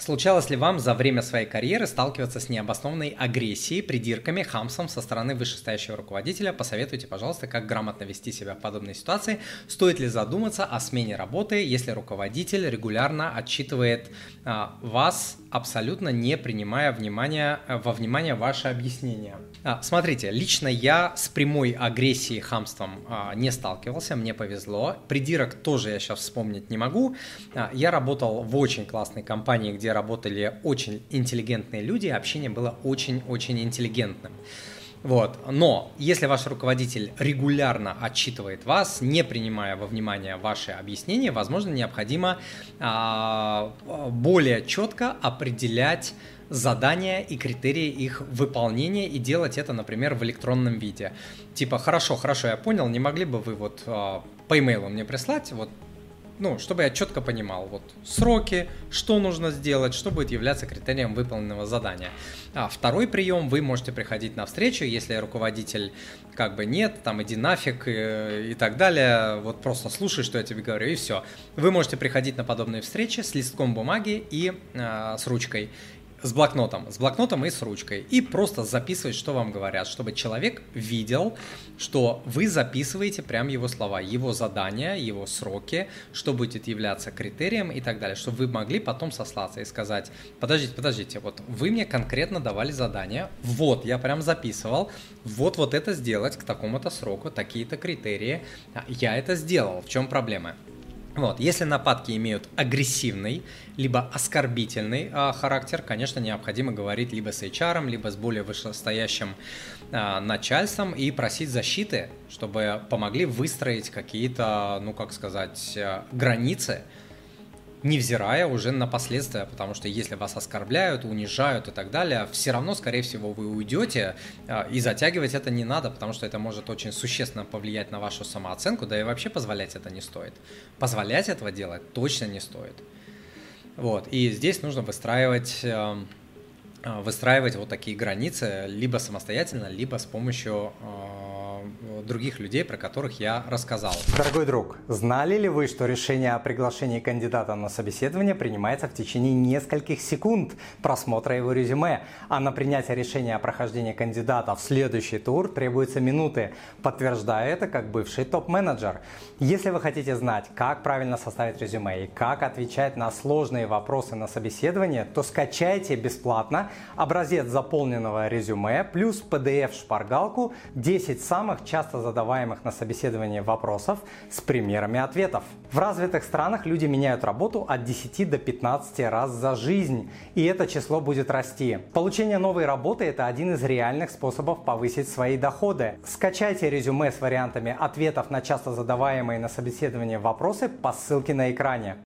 Случалось ли вам за время своей карьеры сталкиваться с необоснованной агрессией, придирками, хамством со стороны вышестоящего руководителя? Посоветуйте, пожалуйста, как грамотно вести себя в подобной ситуации. Стоит ли задуматься о смене работы, если руководитель регулярно отчитывает вас, абсолютно не принимая во внимание ваши объяснения? Смотрите, лично я с прямой агрессией, хамством не сталкивался, мне повезло. Придирок тоже я сейчас вспомнить не могу. Я работал в очень классной компании, где работали очень интеллигентные люди, общение было очень-очень интеллигентным. Вот. Но если ваш руководитель регулярно отчитывает вас, не принимая во внимание ваши объяснения, возможно, необходимо более четко определять задания и критерии их выполнения и делать это, например, в электронном виде. Типа, хорошо, я понял, не могли бы вы вот по имейлу мне прислать, вот, чтобы я четко понимал, вот, сроки, что нужно сделать, что будет являться критерием выполненного задания. Второй прием, вы можете приходить на встречу, если руководитель нет, там иди нафиг и так далее, вот просто слушай, что я тебе говорю, и все. Вы можете приходить на подобные встречи с листком бумаги и с ручкой. С блокнотом и с ручкой. И просто записывать, что вам говорят, чтобы человек видел, что вы записываете прям его слова, его задания, его сроки, что будет являться критерием и так далее, чтобы вы могли потом сослаться и сказать: подождите, вот вы мне конкретно давали задание, вот я прям записывал, вот это сделать к такому-то сроку, такие-то критерии, я это сделал, в чем проблема? Вот. Если нападки имеют агрессивный, либо оскорбительный характер, конечно, необходимо говорить либо с HR, либо с более вышестоящим начальством и просить защиты, чтобы помогли выстроить какие-то, границы, невзирая уже на последствия, потому что если вас оскорбляют, унижают и так далее, все равно, скорее всего, вы уйдете, и затягивать это не надо, потому что это может очень существенно повлиять на вашу самооценку, да и вообще позволять это не стоит. Позволять этого делать точно не стоит. Вот, и здесь нужно выстраивать вот такие границы либо самостоятельно, либо с помощью других людей, про которых я рассказал. Дорогой друг, знали ли вы, что решение о приглашении кандидата на собеседование принимается в течение нескольких секунд просмотра его резюме, а на принятие решения о прохождении кандидата в следующий тур требуются минуты, подтверждая это как бывший топ-менеджер. Если вы хотите знать, как правильно составить резюме и как отвечать на сложные вопросы на собеседование, то скачайте бесплатно образец заполненного резюме плюс PDF-шпаргалку 10 самых часто задаваемых на собеседовании вопросов с примерами ответов. В развитых странах люди меняют работу от 10 до 15 раз за жизнь, и это число будет расти. Получение новой работы – это один из реальных способов повысить свои доходы. Скачайте резюме с вариантами ответов на часто задаваемые на собеседовании вопросы по ссылке на экране.